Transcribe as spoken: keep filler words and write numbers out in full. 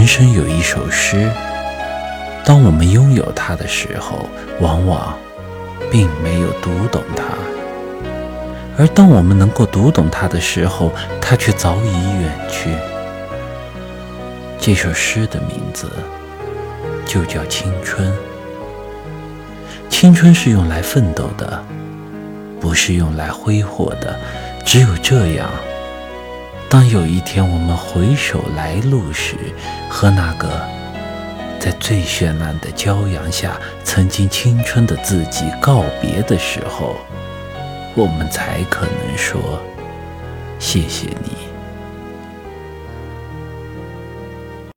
人生有一首诗，当我们拥有它的时候，往往并没有读懂它，而当我们能够读懂它的时候，它却早已远去。这首诗的名字就叫青春。青春是用来奋斗的，不是用来挥霍的。只有这样，当有一天我们回首来路时，和那个在最绚烂的骄阳下曾经青春的自己告别的时候，我们才可能说谢谢你。